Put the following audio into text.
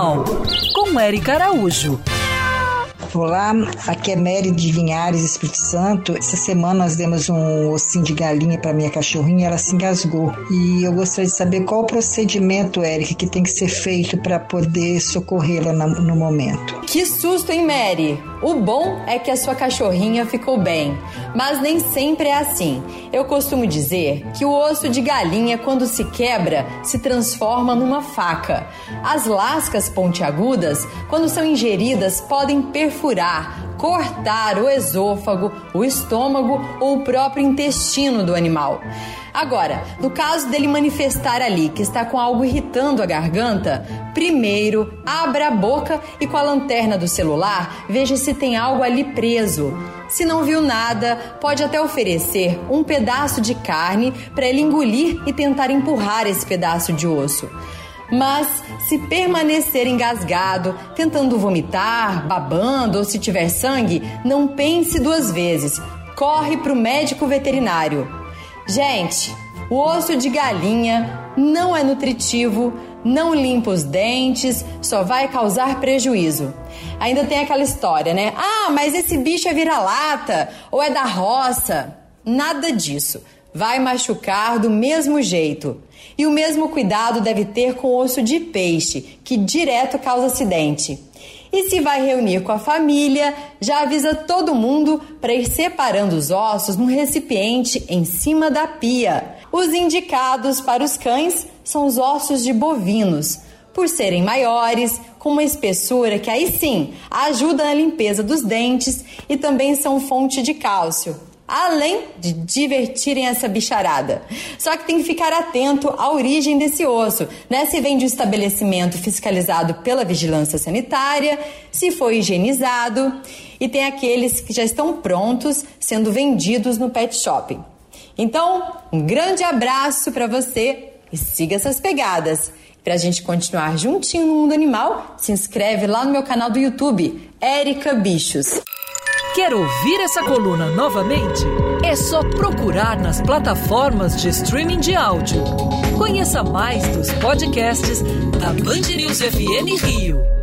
Animal, com Érica Araújo. Olá, aqui é Mary de Linhares, Espírito Santo. Essa semana nós demos um ossinho de galinha para minha cachorrinha, ela se engasgou. E eu gostaria de saber qual o procedimento, Érica, que tem que ser feito para poder socorrê-la no momento. Que susto, hein, Mary? O bom é que a sua cachorrinha ficou bem, mas nem sempre é assim. Eu costumo dizer que o osso de galinha, quando se quebra, se transforma numa faca. As lascas pontiagudas, quando são ingeridas, podem perfurar, cortar o esôfago, o estômago ou o próprio intestino do animal. Agora, no caso dele manifestar ali que está com algo irritando a garganta, primeiro abra a boca e com a lanterna do celular veja se tem algo ali preso. Se não viu nada, pode até oferecer um pedaço de carne para ele engolir e tentar empurrar esse pedaço de osso. Mas, se permanecer engasgado, tentando vomitar, babando ou se tiver sangue, não pense duas vezes. Corre para o médico veterinário. Gente, o osso de galinha não é nutritivo, não limpa os dentes, só vai causar prejuízo. Ainda tem aquela história, né? Ah, mas esse bicho é vira-lata ou é da roça. Nada disso. Vai machucar do mesmo jeito. E o mesmo cuidado deve ter com o osso de peixe, que direto causa acidente. E se vai reunir com a família, já avisa todo mundo para ir separando os ossos num recipiente em cima da pia. Os indicados para os cães são os ossos de bovinos, por serem maiores, com uma espessura que aí sim ajuda na limpeza dos dentes e também são fonte de cálcio, além de divertirem essa bicharada. Só que tem que ficar atento à origem desse osso, né? Se vem de um estabelecimento fiscalizado pela vigilância sanitária, se foi higienizado, e tem aqueles que já estão prontos, sendo vendidos no pet shop. Então, um grande abraço para você e siga essas pegadas. Para a gente continuar juntinho no mundo animal, se inscreve lá no meu canal do YouTube, Érica Bichos. Quer ouvir essa coluna novamente? É só procurar nas plataformas de streaming de áudio. Conheça mais dos podcasts da Band News FM Rio.